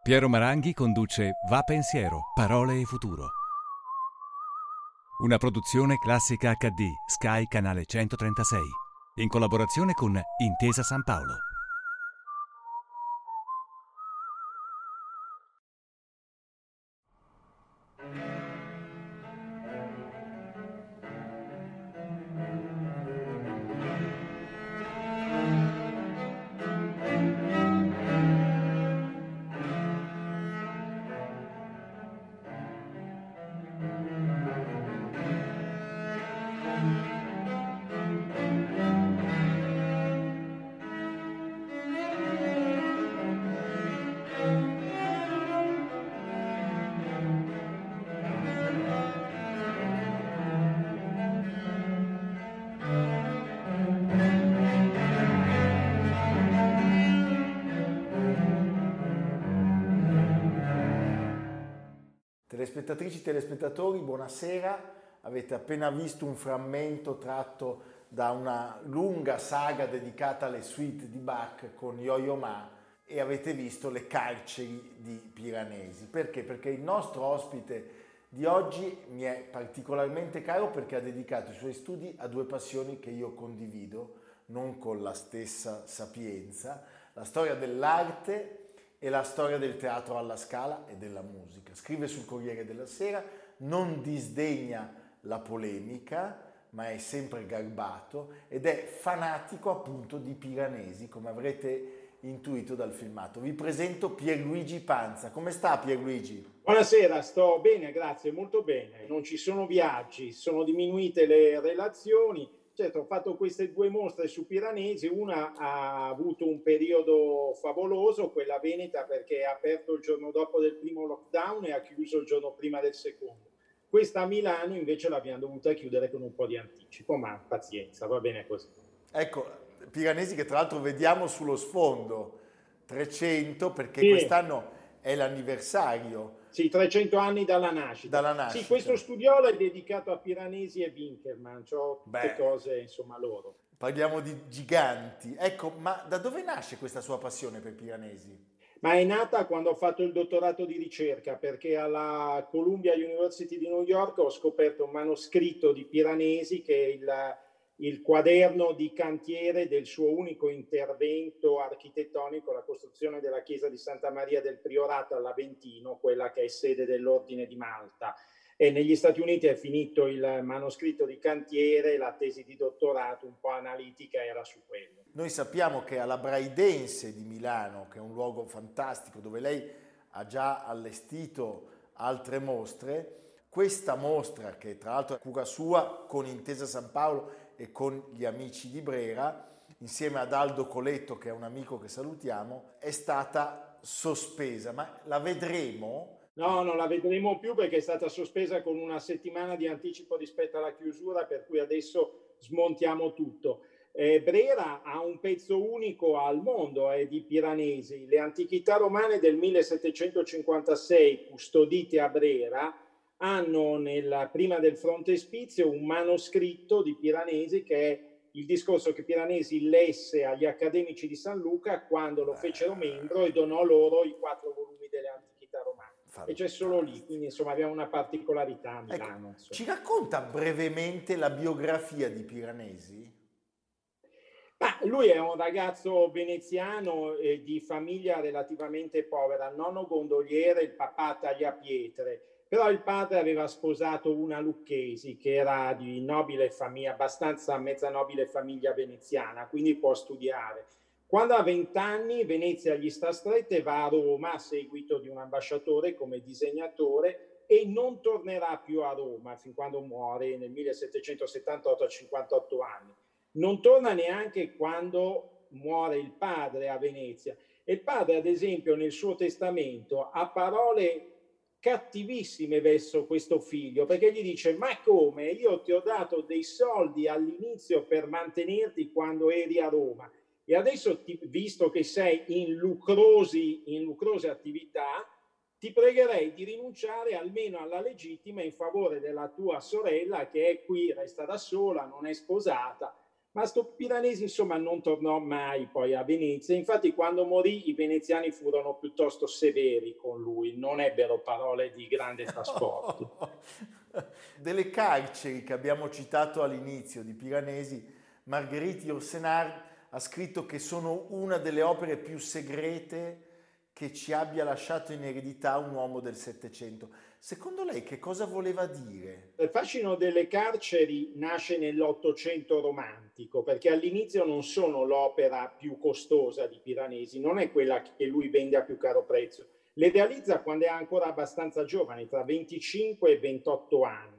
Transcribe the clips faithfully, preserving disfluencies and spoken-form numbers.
Piero Maranghi conduce Va Pensiero, parole e futuro. Una produzione Classica acca di, Sky Canale centotrentasei, in collaborazione con Intesa San Paolo. Telespettatrici, telespettatori, buonasera. Avete appena visto un frammento tratto da una lunga saga dedicata alle suite di Bach con Yo-Yo Ma e avete visto le carceri di Piranesi. Perché? Perché il nostro ospite di oggi mi è particolarmente caro perché ha dedicato i suoi studi a due passioni che io condivido, non con la stessa sapienza: la storia dell'arte e la storia del teatro alla Scala e della musica. Scrive sul Corriere della Sera, non disdegna la polemica, ma è sempre garbato ed è fanatico appunto di Piranesi, come avrete intuito dal filmato. Vi presento Pierluigi Panza. Come sta Pierluigi? Buonasera, sto bene, grazie, molto bene. Non ci sono viaggi, sono diminuite le relazioni. Certo, ho fatto queste due mostre su Piranesi, una ha avuto un periodo favoloso, quella veneta, perché ha aperto il giorno dopo del primo lockdown e ha chiuso il giorno prima del secondo. Questa a Milano invece l'abbiamo dovuta chiudere con un po' di anticipo, ma pazienza, va bene così. Ecco, Piranesi che tra l'altro vediamo sullo sfondo, trecento, perché Sì. Quest'anno è l'anniversario. Sì, trecento anni dalla nascita. Dalla nascita. Sì, questo studiolo è dedicato a Piranesi e Winkelmann, cioè tutte Beh, cose, insomma, loro. Parliamo di giganti. Ecco, ma da dove nasce questa sua passione per Piranesi? Ma è nata quando ho fatto il dottorato di ricerca, perché alla Columbia University di New York ho scoperto un manoscritto di Piranesi che è il, il quaderno di cantiere del suo unico intervento architettonico, la costruzione della chiesa di Santa Maria del Priorato all'Aventino, quella che è sede dell'Ordine di Malta. E negli Stati Uniti è finito il manoscritto di cantiere, la tesi di dottorato un po' analitica era su quello. Noi sappiamo che alla Braidense di Milano, che è un luogo fantastico dove lei ha già allestito altre mostre, questa mostra, che tra l'altro è cura sua con Intesa San Paolo e con gli amici di Brera, insieme ad Aldo Coletto, che è un amico che salutiamo, è stata sospesa. Ma la vedremo? No, non la vedremo più perché è stata sospesa con una settimana di anticipo rispetto alla chiusura, per cui adesso smontiamo tutto. Eh, Brera ha un pezzo unico al mondo, è di Piranesi. Le antichità romane del millesettecentocinquantasei custodite a Brera hanno nel, prima del frontespizio un manoscritto di Piranesi che è il discorso che Piranesi lesse agli accademici di San Luca quando lo fecero membro e donò loro i quattro volumi delle antichità romane. E c'è solo lì, quindi insomma abbiamo una particolarità a Milano. Ecco, ci racconta brevemente la biografia di Piranesi? Ma lui è un ragazzo veneziano eh, di famiglia relativamente povera, nonno gondoliere, il papà tagliapietre, però il padre aveva sposato una Lucchesi che era di nobile famiglia, abbastanza mezza nobile famiglia veneziana, quindi può studiare. Quando ha vent'anni Venezia gli sta stretta e va a Roma a seguito di un ambasciatore come disegnatore e non tornerà più a Roma fin quando muore nel millesettecentosettantotto a cinquantotto anni. Non torna neanche quando muore il padre a Venezia. E il padre, ad esempio, nel suo testamento ha parole cattivissime verso questo figlio, perché gli dice: ma come? Io ti ho dato dei soldi all'inizio per mantenerti quando eri a Roma e adesso, ti, visto che sei in, lucrosi, in lucrose attività, ti pregherei di rinunciare almeno alla legittima in favore della tua sorella che è qui, resta da sola, non è sposata. Ma sto Piranesi, insomma, non tornò mai poi a Venezia. Infatti, quando morì, i veneziani furono piuttosto severi con lui, non ebbero parole di grande trasporto. Delle carceri che abbiamo citato all'inizio di Piranesi, Marguerite Yourcenar ha scritto che sono una delle opere più segrete che ci abbia lasciato in eredità un uomo del Settecento. Secondo lei che cosa voleva dire? Il fascino delle carceri nasce nell'Ottocento romantico, perché all'inizio non sono l'opera più costosa di Piranesi, non è quella che lui vende a più caro prezzo. Le realizza quando è ancora abbastanza giovane, tra venticinque e ventotto anni.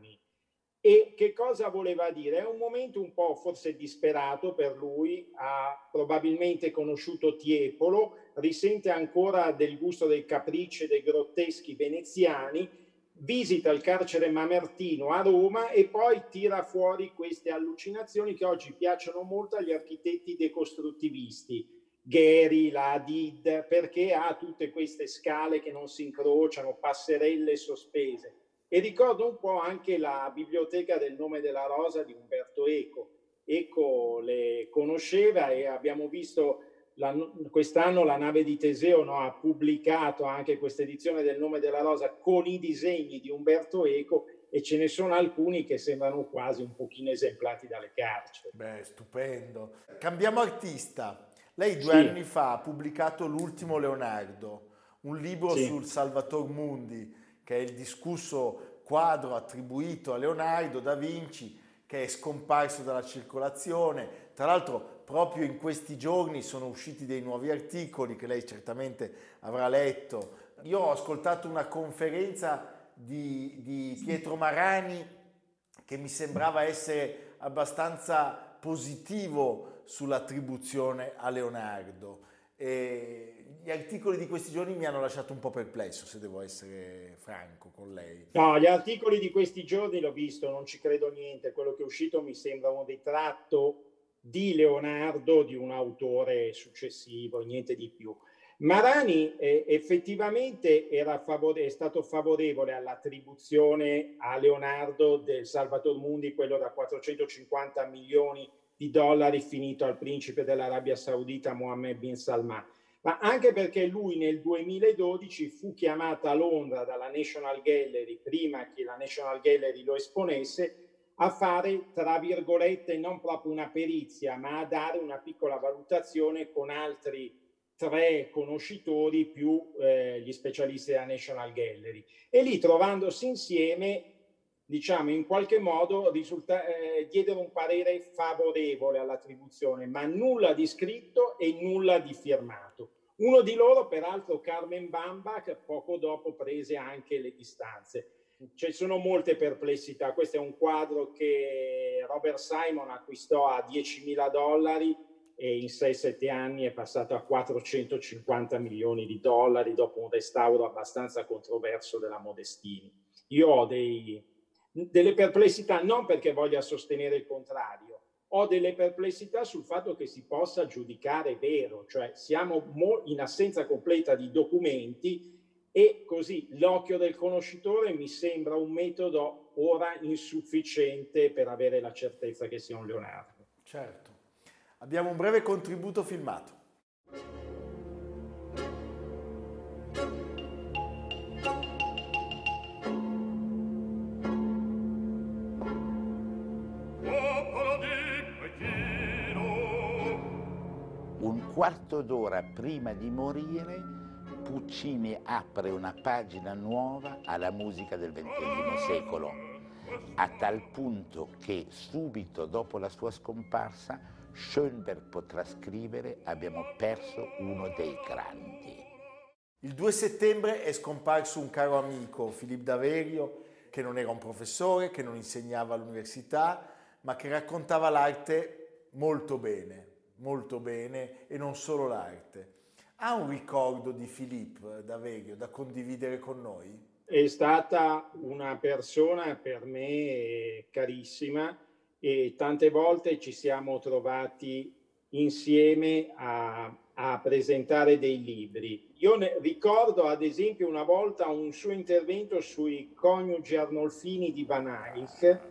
E che cosa voleva dire? È un momento un po' forse disperato per lui, ha probabilmente conosciuto Tiepolo, risente ancora del gusto dei capricci e dei grotteschi veneziani, visita il carcere Mamertino a Roma e poi tira fuori queste allucinazioni che oggi piacciono molto agli architetti decostruttivisti, Gehry, la Hadid, perché ha tutte queste scale che non si incrociano, passerelle sospese. E ricordo un po' anche la biblioteca del Nome della Rosa di Umberto Eco. Eco le conosceva e abbiamo visto la, quest'anno la nave di Teseo, no, ha pubblicato anche questa edizione del Nome della Rosa con i disegni di Umberto Eco e ce ne sono alcuni che sembrano quasi un pochino esemplati dalle carceri. Beh, stupendo. Cambiamo artista. Lei due Sì. anni fa ha pubblicato L'ultimo Leonardo, un libro Sì. sul Salvator Mundi, che è il discusso quadro attribuito a Leonardo da Vinci, che è scomparso dalla circolazione. Tra l'altro proprio in questi giorni sono usciti dei nuovi articoli che lei certamente avrà letto. Io ho ascoltato una conferenza di, di Pietro Marani che mi sembrava essere abbastanza positivo sull'attribuzione a Leonardo. E gli articoli di questi giorni mi hanno lasciato un po' perplesso, se devo essere franco con lei. No, gli articoli di questi giorni l'ho visto, non ci credo niente. Quello che è uscito mi sembra un ritratto di Leonardo, di un autore successivo, niente di più. Marani eh, effettivamente era favore- è stato favorevole all'attribuzione a Leonardo del Salvator Mundi, quello da quattrocentocinquanta milioni di dollari finito al principe dell'Arabia Saudita Mohammed bin Salman, ma anche perché lui nel duemiladodici fu chiamato a Londra dalla National Gallery, prima che la National Gallery lo esponesse, a fare, tra virgolette, non proprio una perizia, ma a dare una piccola valutazione con altri tre conoscitori più eh, gli specialisti della National Gallery. E lì, trovandosi insieme, diciamo, in qualche modo risulta, eh, diedero un parere favorevole all'attribuzione, ma nulla di scritto e nulla di firmato. Uno di loro, peraltro, Carmen Bambach, poco dopo prese anche le distanze. Ci sono molte perplessità. Questo è un quadro che Robert Simon acquistò a diecimila dollari e in sei sette anni è passato a quattrocentocinquanta milioni di dollari dopo un restauro abbastanza controverso della Modestini. Io ho dei, delle perplessità, non perché voglia sostenere il contrario, ho delle perplessità sul fatto che si possa giudicare vero, cioè siamo in assenza completa di documenti e così l'occhio del conoscitore mi sembra un metodo ora insufficiente per avere la certezza che sia un Leonardo. Certo. Abbiamo un breve contributo filmato. Un quarto d'ora prima di morire, Puccini apre una pagina nuova alla musica del ventesimo secolo, a tal punto che subito dopo la sua scomparsa Schoenberg potrà scrivere: abbiamo perso uno dei grandi. Il due settembre è scomparso un caro amico, Philippe Daverio, che non era un professore, che non insegnava all'università, ma che raccontava l'arte molto bene, molto bene, e non solo l'arte. Ha un ricordo di Philippe Daverio da condividere con noi? È stata una persona per me carissima e tante volte ci siamo trovati insieme a, a presentare dei libri. Io ne ricordo ad esempio una volta un suo intervento sui coniugi Arnolfini di Van Eyck,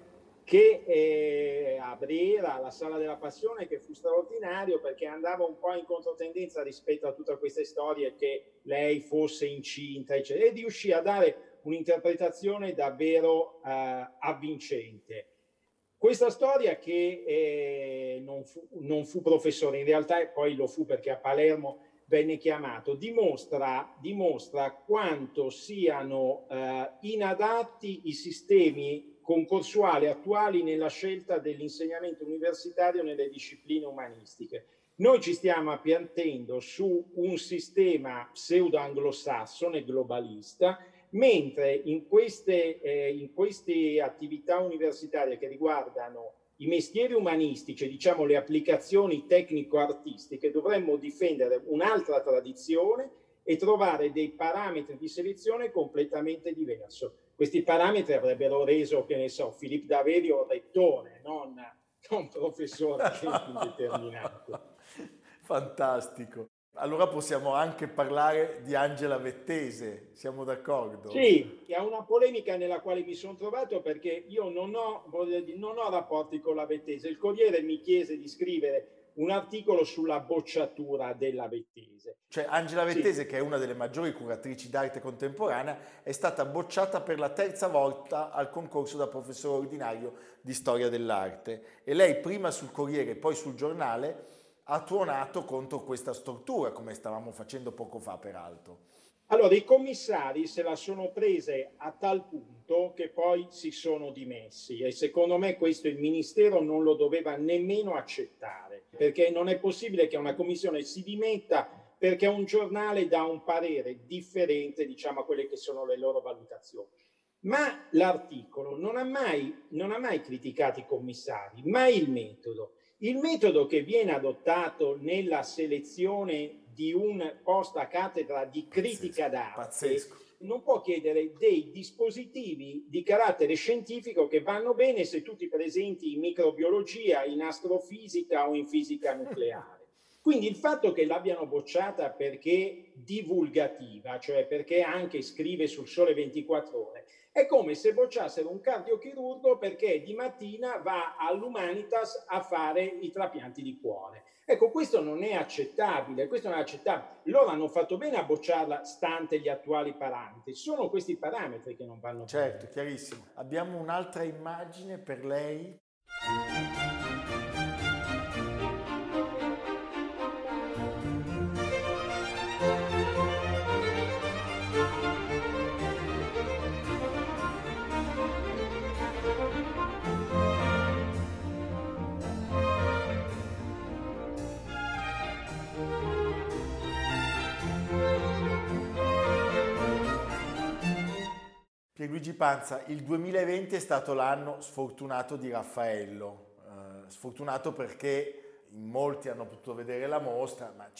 che eh, a Brera, alla Sala della Passione, che fu straordinario perché andava un po' in controtendenza rispetto a tutte queste storie che lei fosse incinta, eccetera, e riuscì a dare un'interpretazione davvero eh, avvincente. Questa storia che eh, non, fu, non fu professore, in realtà poi lo fu perché a Palermo venne chiamato, dimostra, dimostra quanto siano eh, inadatti i sistemi concorsuali attuali nella scelta dell'insegnamento universitario nelle discipline umanistiche. Noi ci stiamo appiantendo su un sistema pseudo-anglosassone globalista, mentre in queste, eh, in queste attività universitarie che riguardano i mestieri umanistici, diciamo le applicazioni tecnico-artistiche, dovremmo difendere un'altra tradizione e trovare dei parametri di selezione completamente diversi. Questi parametri avrebbero reso, che ne so, Filippo Daverio rettore, non, non professore a tempo indeterminato. Fantastico. Allora possiamo anche parlare di Angela Vettese, siamo d'accordo? Sì, è una polemica nella quale mi sono trovato perché io non ho, non ho rapporti con la Vettese. Il Corriere mi chiese di scrivere un articolo sulla bocciatura della Vettese. Cioè Angela Vettese, sì, che è una delle maggiori curatrici d'arte contemporanea, è stata bocciata per la terza volta al concorso da professore ordinario di storia dell'arte. E lei prima sul Corriere e poi sul Giornale ha tuonato contro questa stortura, come stavamo facendo poco fa peraltro. Allora, i commissari se la sono prese a tal punto che poi si sono dimessi e secondo me questo il Ministero non lo doveva nemmeno accettare, perché non è possibile che una commissione si dimetta perché un giornale dà un parere differente, diciamo, a quelle che sono le loro valutazioni. Ma l'articolo non ha mai, non ha mai criticato i commissari, mai il metodo. Il metodo che viene adottato nella selezione di un posto a cattedra di critica d'arte pazzesco. Non può chiedere dei dispositivi di carattere scientifico che vanno bene se tutti presenti in microbiologia, in astrofisica o in fisica nucleare. Quindi il fatto che l'abbiano bocciata perché divulgativa, cioè perché anche scrive sul Sole ventiquattro Ore, è come se bocciassero un cardiochirurgo perché di mattina va all'Humanitas a fare i trapianti di cuore. Ecco, questo non è accettabile, questo non è accettabile. Loro hanno fatto bene a bocciarla stante gli attuali parametri. Sono questi parametri che non vanno bene. Certo, chiarissimo. Abbiamo un'altra immagine per lei. Pierluigi Panza, il duemilaventi è stato l'anno sfortunato di Raffaello, eh, sfortunato perché in molti hanno potuto vedere la mostra, ma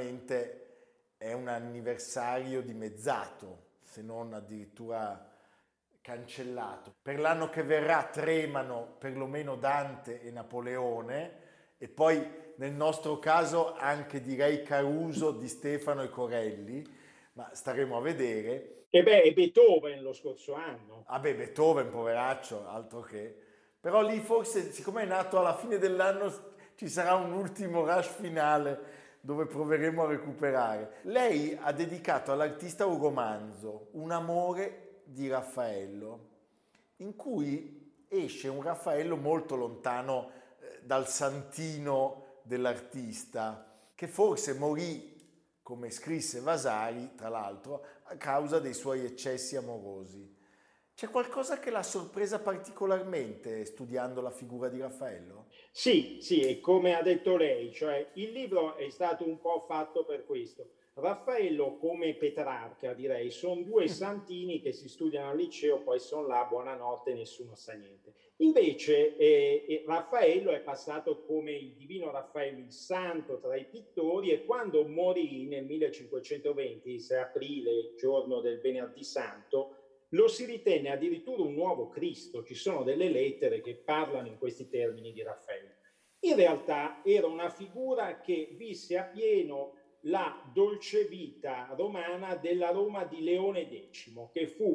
certamente è un anniversario dimezzato, se non addirittura cancellato. Per l'anno che verrà tremano perlomeno Dante e Napoleone e poi nel nostro caso anche direi Caruso, Di Stefano e Corelli, ma staremo a vedere. E beh, e Beethoven lo scorso anno. Ah beh, Beethoven, poveraccio, altro che. Però lì forse, siccome è nato alla fine dell'anno, ci sarà un ultimo rush finale dove proveremo a recuperare. Lei ha dedicato all'artista un romanzo, Un amore di Raffaello, in cui esce un Raffaello molto lontano eh, dal santino dell'artista, che forse morì, come scrisse Vasari, tra l'altro, a causa dei suoi eccessi amorosi. C'è qualcosa che l'ha sorpresa particolarmente studiando la figura di Raffaello? Sì, sì, e come ha detto lei, cioè il libro è stato un po' fatto per questo. Raffaello, come Petrarca, direi, sono due santini che si studiano al liceo, poi sono là, buonanotte, nessuno sa niente. Invece eh, Raffaello è passato come il divino Raffaello, il santo tra i pittori, e quando morì nel millecinquecentoventi, sei aprile, giorno del venerdì santo, lo si ritenne addirittura un nuovo Cristo. Ci sono delle lettere che parlano in questi termini di Raffaello. In realtà era una figura che visse appieno la dolce vita romana della Roma di Leone decimo, che fu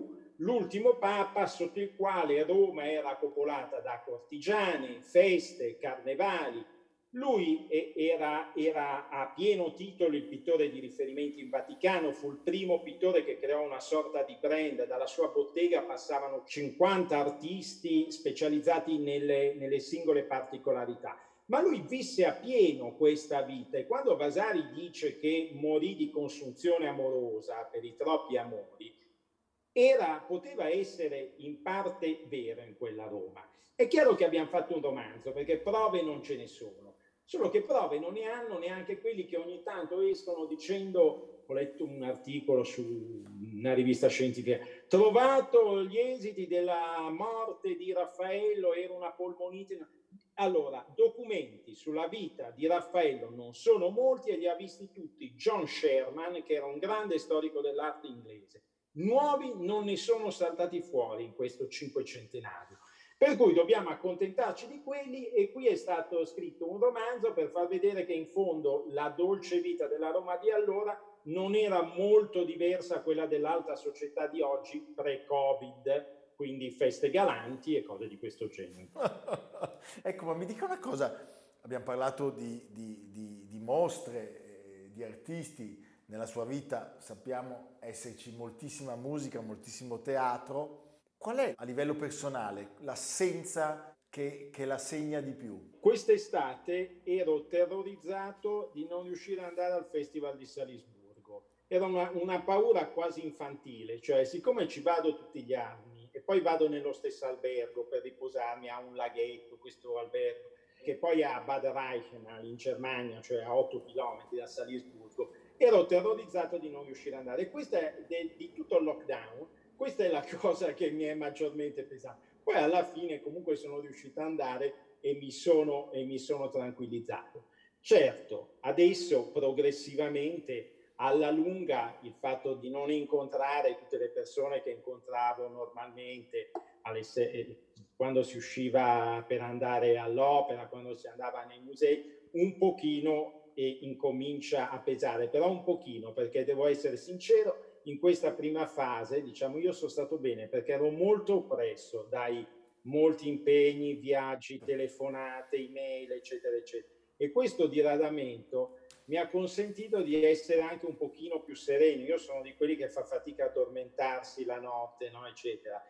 l'ultimo papa sotto il quale Roma era popolata da cortigiani, feste, carnevali. Lui era, era a pieno titolo il pittore di riferimento in Vaticano, fu il primo pittore che creò una sorta di brand, dalla sua bottega passavano cinquanta artisti specializzati nelle, nelle singole particolarità. Ma lui visse a pieno questa vita e quando Vasari dice che morì di consunzione amorosa per i troppi amori, era, poteva essere in parte vero in quella Roma. È chiaro che abbiamo fatto un romanzo perché prove non ce ne sono. Solo che prove non ne hanno neanche quelli che ogni tanto escono dicendo, ho letto un articolo su una rivista scientifica, trovato gli esiti della morte di Raffaello, era una polmonite. Allora, documenti sulla vita di Raffaello non sono molti e li ha visti tutti John Sherman, che era un grande storico dell'arte inglese. Nuovi non ne sono saltati fuori in questo cinquecentenario. Per cui dobbiamo accontentarci di quelli e qui è stato scritto un romanzo per far vedere che in fondo la dolce vita della Roma di allora non era molto diversa da quella dell'alta società di oggi pre-Covid, quindi feste galanti e cose di questo genere. Ecco, ma mi dica una cosa, abbiamo parlato di, di, di, di mostre, eh, di artisti, nella sua vita sappiamo esserci moltissima musica, moltissimo teatro. Qual è a livello personale l'assenza che, che la segna di più? Quest'estate ero terrorizzato di non riuscire ad andare al Festival di Salisburgo. Era una, una paura quasi infantile, cioè siccome ci vado tutti gli anni e poi vado nello stesso albergo per riposarmi a un laghetto, questo albergo, che poi è a Bad Reichenhall in Germania, cioè a otto chilometri da Salisburgo, ero terrorizzato di non riuscire ad andare. E questo è de, di tutto il lockdown. Questa è la cosa che mi è maggiormente pesata. Poi alla fine comunque sono riuscito ad andare e mi sono, e mi sono tranquillizzato. Certo, adesso progressivamente, alla lunga, il fatto di non incontrare tutte le persone che incontravo normalmente alle se- quando si usciva per andare all'opera, quando si andava nei musei, un pochino e incomincia a pesare, però un pochino, perché devo essere sincero, in questa prima fase, diciamo, io sono stato bene perché ero molto oppresso dai molti impegni, viaggi, telefonate, email, eccetera, eccetera. E questo diradamento mi ha consentito di essere anche un pochino più sereno. Io sono di quelli che fa fatica a addormentarsi la notte, no, eccetera.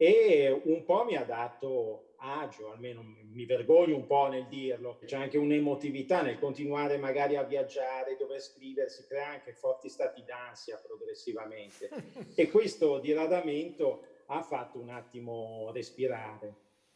E un po' mi ha dato agio, almeno mi vergogno un po' nel dirlo. C'è anche un'emotività nel continuare magari a viaggiare, dover scrivere, si crea anche forti stati d'ansia progressivamente. E questo diradamento ha fatto un attimo respirare.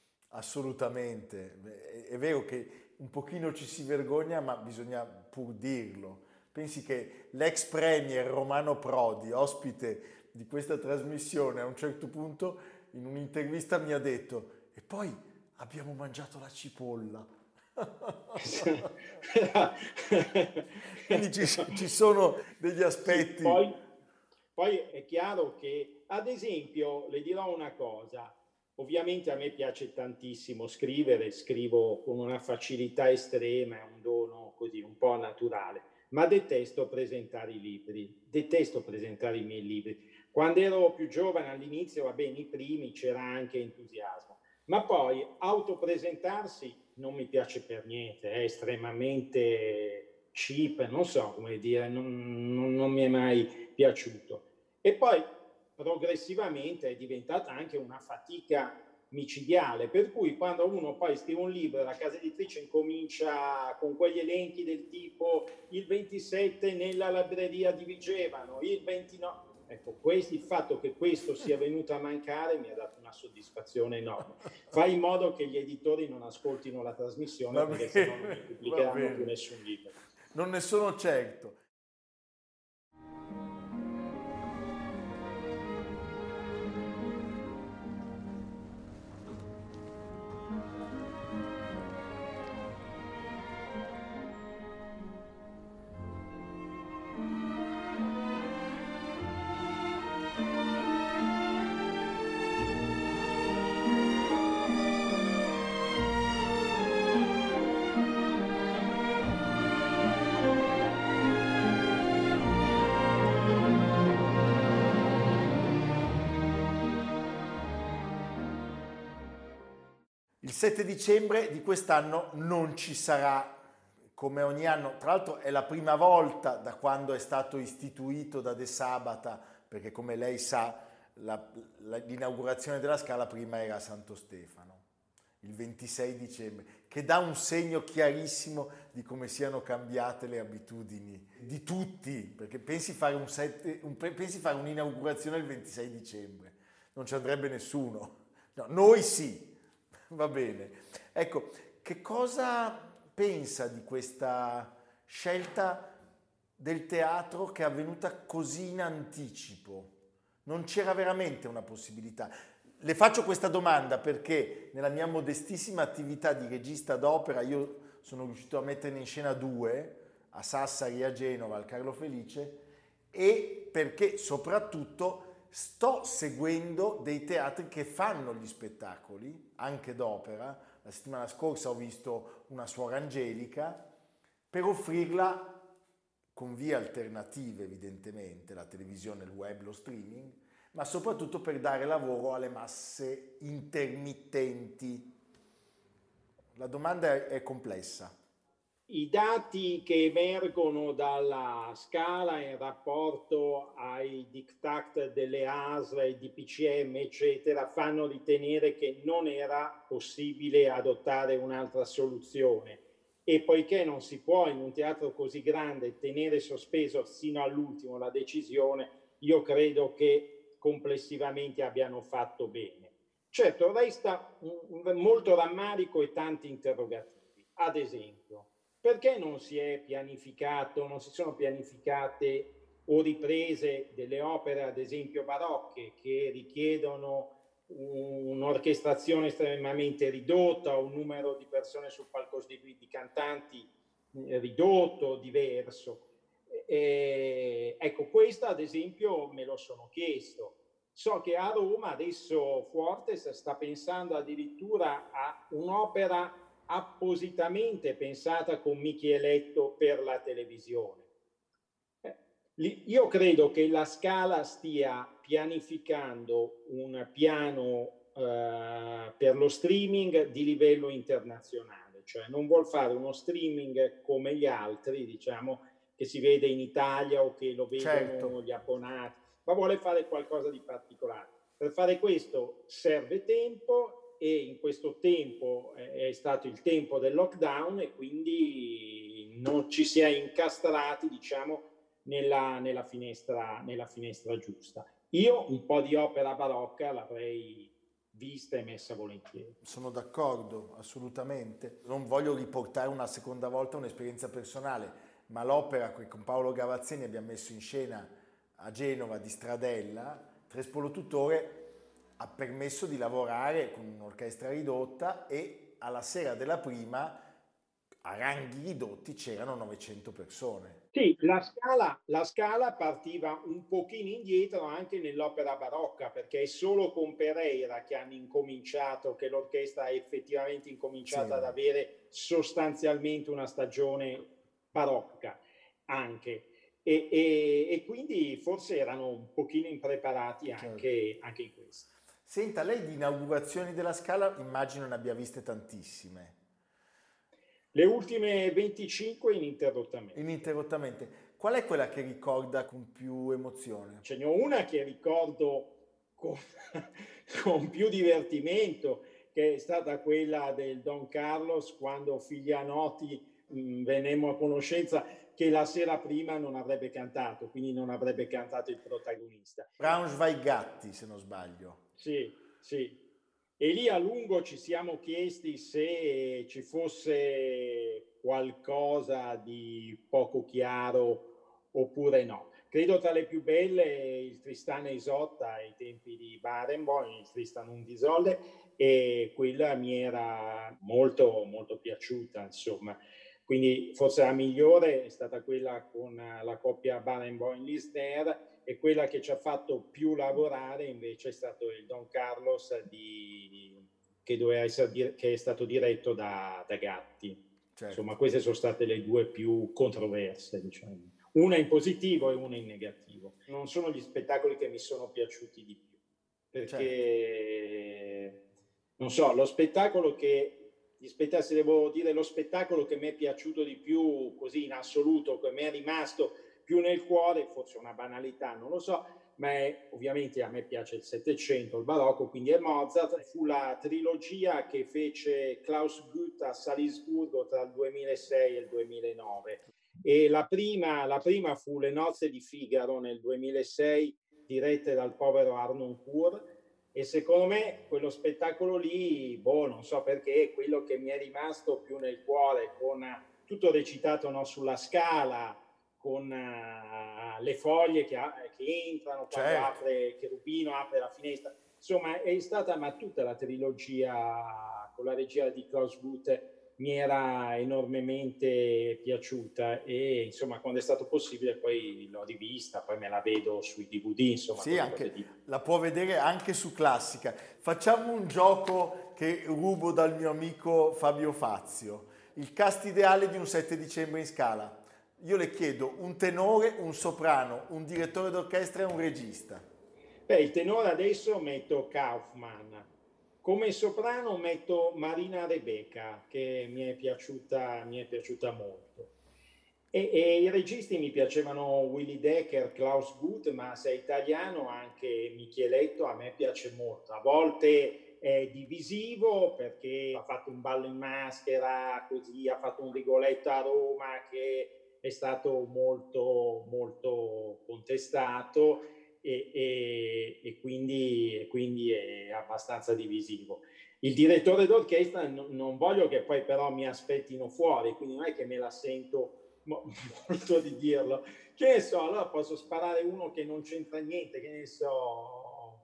Assolutamente. È vero che un pochino ci si vergogna, ma bisogna pur dirlo. Pensi che l'ex premier Romano Prodi, ospite di questa trasmissione, a un certo punto in un'intervista mi ha detto e poi abbiamo mangiato la cipolla. Quindi ci, ci sono degli aspetti. Sì, poi, poi è chiaro che, ad esempio, le dirò una cosa, ovviamente a me piace tantissimo scrivere, scrivo con una facilità estrema, è un dono così un po' naturale, ma detesto presentare i libri, detesto presentare i miei libri. Quando ero più giovane all'inizio, va bene, i primi c'era anche entusiasmo, ma poi autopresentarsi non mi piace per niente, è estremamente cheap, non so come dire, non, non, non mi è mai piaciuto. E poi progressivamente è diventata anche una fatica micidiale, per cui quando uno poi scrive un libro, la casa editrice incomincia con quegli elenchi del tipo il ventisette nella libreria di Vigevano, il ventinove... Ecco, questo, il fatto che questo sia venuto a mancare mi ha dato una soddisfazione enorme. Fai in modo che gli editori non ascoltino la trasmissione, va perché sennò non pubblicheranno più nessun libro. Non ne sono certo. sette dicembre di quest'anno non ci sarà, come ogni anno. Tra l'altro è la prima volta da quando è stato istituito da De Sabata, perché come lei sa la, la, l'inaugurazione della Scala prima era a Santo Stefano, il ventisei dicembre, che dà un segno chiarissimo di come siano cambiate le abitudini di tutti, perché pensi fare, un sette, un, pensi fare un'inaugurazione il ventisei dicembre, non ci andrebbe nessuno, no, noi sì, va bene. Ecco, che cosa pensa di questa scelta del teatro che è avvenuta così in anticipo? Non c'era veramente una possibilità. Le faccio questa domanda perché nella mia modestissima attività di regista d'opera io sono riuscito a metterne in scena due, a Sassari e a Genova, al Carlo Felice, e perché soprattutto sto seguendo dei teatri che fanno gli spettacoli, anche d'opera. La settimana scorsa ho visto Una suora Angelica, per offrirla con vie alternative evidentemente, la televisione, il web, lo streaming, ma soprattutto per dare lavoro alle masse intermittenti. La domanda è complessa. I dati che emergono dalla Scala in rapporto ai diktat delle A S L, ai D P C M, eccetera, fanno ritenere che non era possibile adottare un'altra soluzione. E poiché non si può in un teatro così grande tenere sospeso sino all'ultimo la decisione, io credo che complessivamente abbiano fatto bene. Certo, resta molto rammarico e tanti interrogativi. Ad esempio, perché non si è pianificato, non si sono pianificate o riprese delle opere, ad esempio barocche, che richiedono un'orchestrazione estremamente ridotta, un numero di persone sul palcoscenico di cantanti ridotto, diverso. E, ecco, questo ad esempio me lo sono chiesto. So che a Roma adesso Fuortes sta pensando addirittura a un'opera appositamente pensata con Micheletto per la televisione. Io credo che la Scala stia pianificando un piano eh, per lo streaming di livello internazionale, cioè non vuol fare uno streaming come gli altri, diciamo, che si vede in Italia o che lo vedono certo. gli abbonati, ma vuole fare qualcosa di particolare. Per fare questo serve tempo e in questo tempo è stato il tempo del lockdown e quindi non ci si è incastrati, diciamo, Nella, nella, finestra, nella finestra giusta. Io un po' di opera barocca l'avrei vista e messa volentieri. Sono d'accordo, assolutamente. Non voglio riportare una seconda volta un'esperienza personale, ma l'opera che con Paolo Gavazzeni abbiamo messo in scena a Genova di Stradella, Trespolo Tutore, ha permesso di lavorare con un'orchestra ridotta e alla sera della prima a ranghi ridotti c'erano novecento persone. Sì, la Scala, la Scala partiva un pochino indietro anche nell'opera barocca, perché è solo con Pereira che hanno incominciato, che l'orchestra ha effettivamente incominciato sì. ad avere sostanzialmente una stagione barocca anche. E, e, e quindi forse erano un pochino impreparati anche, certo. anche in questo. Senta, lei di inaugurazioni della Scala immagino ne abbia viste tantissime. Le ultime venticinque ininterrottamente. Ininterrottamente. Qual è quella che ricorda con più emozione? Ce n'è una che ricordo con, con più divertimento, che è stata quella del Don Carlos, quando Figlianotti mh, venemmo a conoscenza che la sera prima non avrebbe cantato, quindi non avrebbe cantato il protagonista. Braunschweig-Gatti, se non sbaglio. Sì, sì. E lì a lungo ci siamo chiesti se ci fosse qualcosa di poco chiaro oppure no. Credo tra le più belle il Tristano e Isotta ai tempi di Barenboim, il Tristan und Isolde, e quella mi era molto molto piaciuta, insomma. Quindi forse la migliore è stata quella con la coppia Barenboim-Lisner, e quella che ci ha fatto più lavorare invece è stato il Don Carlos di, che, doveva essere, che è stato diretto da, da Gatti. Certo. Insomma, queste sono state le due più controverse, diciamo. Una in positivo e una in negativo. Non sono gli spettacoli che mi sono piaciuti di più, perché certo. non so, lo spettacolo che, gli spettacoli, se devo dire lo spettacolo che mi è piaciuto di più, così in assoluto, che mi è rimasto più nel cuore, forse una banalità, non lo so, ma è, ovviamente a me piace il Settecento, il barocco, quindi è Mozart. Fu la trilogia che fece Klaus Goethe a Salisburgo tra il duemilasei e il duemilanove. E la prima, la prima fu Le nozze di Figaro nel duemilasei, dirette dal povero Harnoncourt, e secondo me quello spettacolo lì, boh, non so perché, è quello che mi è rimasto più nel cuore, con tutto recitato, no, sulla Scala, con uh, le foglie che, che entrano quando certo. apre Cherubino, apre la finestra. Insomma, è stata, ma tutta la trilogia con la regia di Klaus Goethe mi era enormemente piaciuta, e insomma quando è stato possibile poi l'ho rivista, poi me la vedo sui D V D, insomma. Sì, anche, la può vedere anche su Classica. Facciamo un gioco che rubo dal mio amico Fabio Fazio, il cast ideale di un sette dicembre in Scala. Io le chiedo un tenore, un soprano, un direttore d'orchestra e un regista. Beh, il tenore adesso metto Kaufmann. Come soprano metto Marina Rebecca, che mi è piaciuta, mi è piaciuta molto. E, e i registi mi piacevano Willy Decker, Klaus Guth, ma se è italiano anche Micheletto a me piace molto. A volte è divisivo perché ha fatto un ballo in maschera, così ha fatto un Rigoletto a Roma che è stato molto, molto contestato. E, e, e, quindi, e quindi è abbastanza divisivo. Il direttore d'orchestra no, non voglio che poi però mi aspettino fuori, quindi non è che me la sento mo, molto di dirlo. Che ne so, allora posso sparare uno che non c'entra niente, che ne so,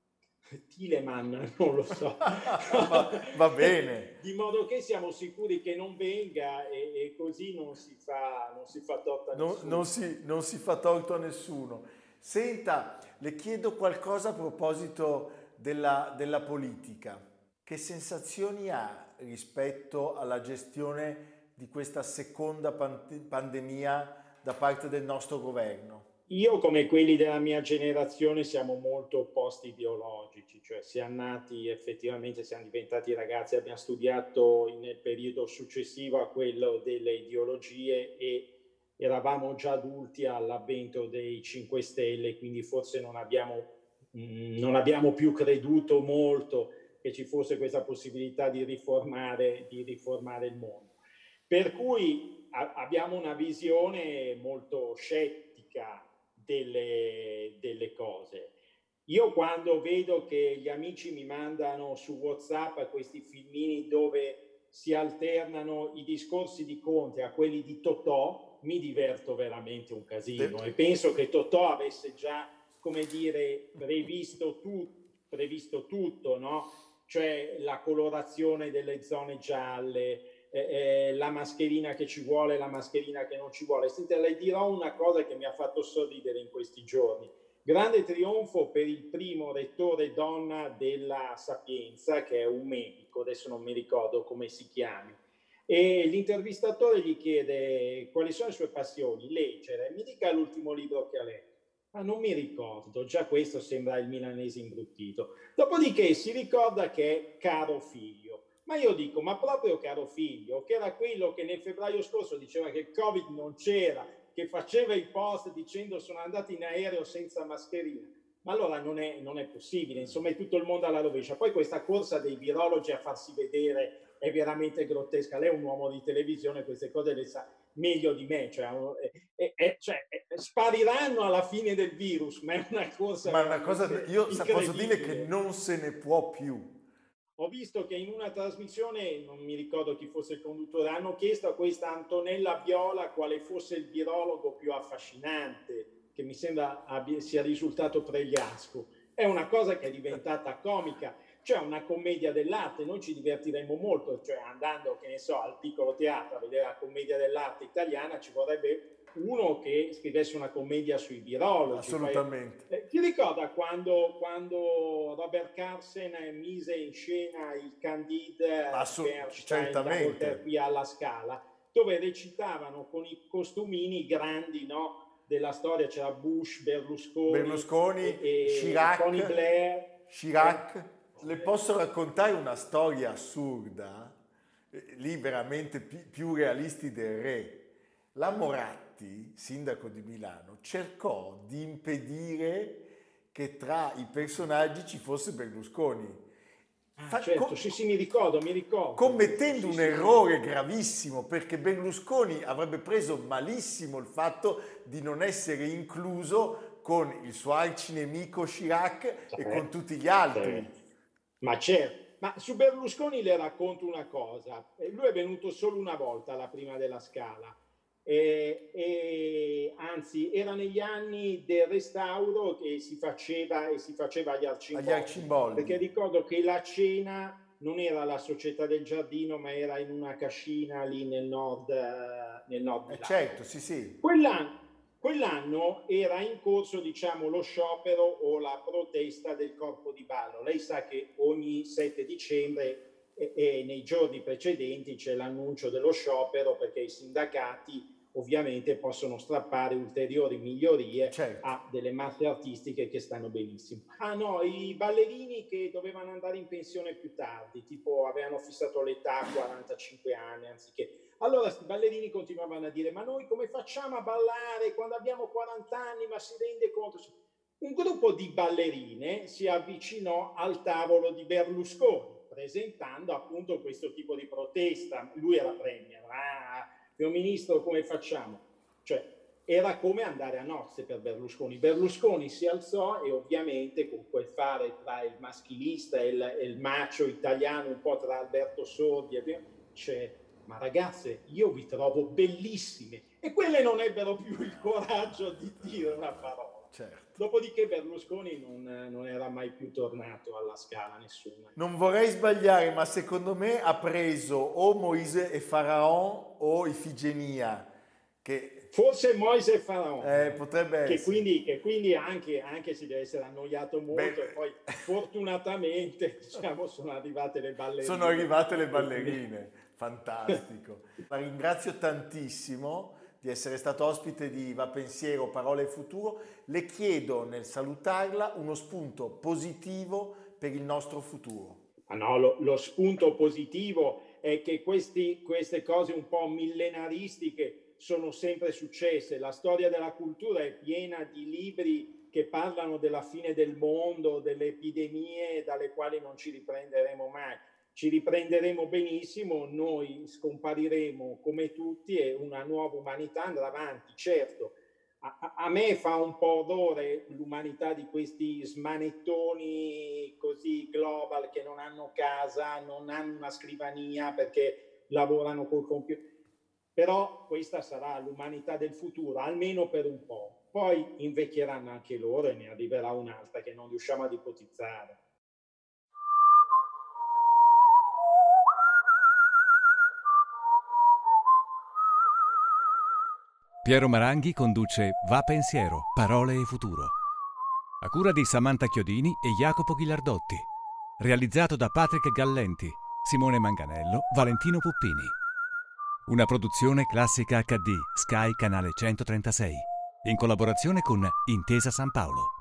Telemann, non lo so. va, va bene. Di modo che siamo sicuri che non venga e, e così non si fa, non si fa torto a non, nessuno. Non si, non si fa torto a nessuno. Senta, le chiedo qualcosa a proposito della, della politica. Che sensazioni ha rispetto alla gestione di questa seconda pan- pandemia da parte del nostro governo? Io, come quelli della mia generazione, siamo molto opposti ideologici, cioè siamo nati, effettivamente siamo diventati ragazzi, abbiamo studiato nel periodo successivo a quello delle ideologie e eravamo già adulti all'avvento dei cinque Stelle, quindi forse non abbiamo, mh, non abbiamo più creduto molto che ci fosse questa possibilità di riformare, di riformare il mondo. Per cui a, abbiamo una visione molto scettica delle, delle cose. Io quando vedo che gli amici mi mandano su WhatsApp questi filmini dove si alternano i discorsi di Conte a quelli di Totò, mi diverto veramente un casino e penso che Totò avesse già, come dire, previsto, tu, previsto tutto, no? Cioè la colorazione delle zone gialle, eh, eh, la mascherina che ci vuole, la mascherina che non ci vuole. Senti, le dirò una cosa che mi ha fatto sorridere in questi giorni. Grande trionfo per il primo rettore donna della Sapienza, che è un medico, adesso non mi ricordo come si chiami. E l'intervistatore gli chiede quali sono le sue passioni, leggere, mi dica l'ultimo libro che ha letto. Ah, non mi ricordo, già questo sembra il milanese imbruttito. Dopodiché si ricorda che è caro figlio. Ma io dico, ma proprio caro figlio, che era quello che nel febbraio scorso diceva che il Covid non c'era, che faceva i post dicendo sono andato in aereo senza mascherina. Ma allora non è, non è possibile, insomma è tutto il mondo alla rovescia. Poi questa corsa dei virologi a farsi vedere è veramente grottesca. Lei è un uomo di televisione, queste cose le sa meglio di me, cioè, è, è, cioè spariranno alla fine del virus, ma è una corsa ma una cosa, io posso dire che non se ne può più. Ho visto che in una trasmissione, non mi ricordo chi fosse il conduttore, hanno chiesto a questa Antonella Viola quale fosse il virologo più affascinante, che mi sembra abbia, sia risultato Pregliasco. È una cosa che è diventata comica. Cioè una commedia dell'arte, noi ci divertiremmo molto, cioè andando, che ne so, al piccolo teatro a vedere la commedia dell'arte italiana, ci vorrebbe uno che scrivesse una commedia sui virologi. Assolutamente. Poi, eh, ti ricorda quando, quando Robert Carsen mise in scena il Candide Assolut- Bernstein da Voltaire qui alla Scala, dove recitavano con i costumini grandi, no, della storia, c'era Bush, Berlusconi, Berlusconi e, e Chirac, Tony Blair, Chirac. Le posso raccontare una storia assurda, eh, lì veramente pi- più realisti del re. La Moratti, sindaco di Milano, cercò di impedire che tra i personaggi ci fosse Berlusconi. Ah, certo, com- sì, sì, mi ricordo, mi ricordo. Commettendo sì, un sì, errore gravissimo, perché Berlusconi avrebbe preso malissimo il fatto di non essere incluso con il suo arcinemico Chirac certo, e con tutti gli altri. Certo. Ma certo, ma su Berlusconi le racconto una cosa. Lui è venuto solo una volta alla Prima della Scala. E, e anzi era negli anni del restauro che si faceva e si faceva agli Arcimboldi, agli Arcimboldi. Perché ricordo che la cena non era alla Società del Giardino, ma era in una cascina lì nel nord, nel nord eh certo, sì, sì. Quell'anno, quell'anno era in corso, diciamo, lo sciopero o la protesta del corpo di ballo. Lei sa che ogni sette dicembre e, e nei giorni precedenti c'è l'annuncio dello sciopero, perché i sindacati ovviamente possono strappare ulteriori migliorie certo. a delle masse artistiche che stanno benissimo. Ah no, i ballerini che dovevano andare in pensione più tardi, tipo avevano fissato l'età a quarantacinque anni anziché. Allora questi ballerini continuavano a dire: ma noi come facciamo a ballare quando abbiamo quaranta anni, ma si rende conto? Un gruppo di ballerine si avvicinò al tavolo di Berlusconi presentando appunto questo tipo di protesta. Lui era premier, ah, mio ministro, come facciamo? Cioè, era come andare a nozze per Berlusconi. Berlusconi si alzò e ovviamente con quel fare tra il maschilista e il, e il macho italiano, un po' tra Alberto Sordi e dice: ma ragazze, io vi trovo bellissime. E quelle non ebbero più il coraggio di dire una parola. Certo. Dopodiché Berlusconi non, non era mai più tornato alla Scala, nessuna. Non vorrei sbagliare, ma secondo me ha preso o Moise e Faraon o Ifigenia. Che... Forse Moise e Faraon. Eh, potrebbe che essere. Quindi, che quindi anche, anche si deve essere annoiato molto. Beh, e poi fortunatamente diciamo, sono arrivate le ballerine. Sono arrivate le ballerine, fantastico. La ringrazio tantissimo di essere stato ospite di Va Pensiero, Parole e Futuro. Le chiedo nel salutarla uno spunto positivo per il nostro futuro. Ah no, lo, lo spunto positivo è che questi, queste cose un po' millenaristiche sono sempre successe. La storia della cultura è piena di libri che parlano della fine del mondo, delle epidemie dalle quali non ci riprenderemo mai. Ci riprenderemo benissimo, noi scompariremo come tutti e una nuova umanità andrà avanti. Certo, a, a me fa un po' odore l'umanità di questi smanettoni così global che non hanno casa, non hanno una scrivania perché lavorano col computer. Però questa sarà l'umanità del futuro, almeno per un po'. Poi invecchieranno anche loro e ne arriverà un'altra che non riusciamo ad ipotizzare. Piero Maranghi conduce Va Pensiero, Parole e Futuro. A cura di Samantha Chiodini e Jacopo Ghilardotti. Realizzato da Patrick Gallenti, Simone Manganello, Valentino Puppini. Una produzione Classica acca di, Sky Canale centotrentasei. In collaborazione con Intesa San Paolo.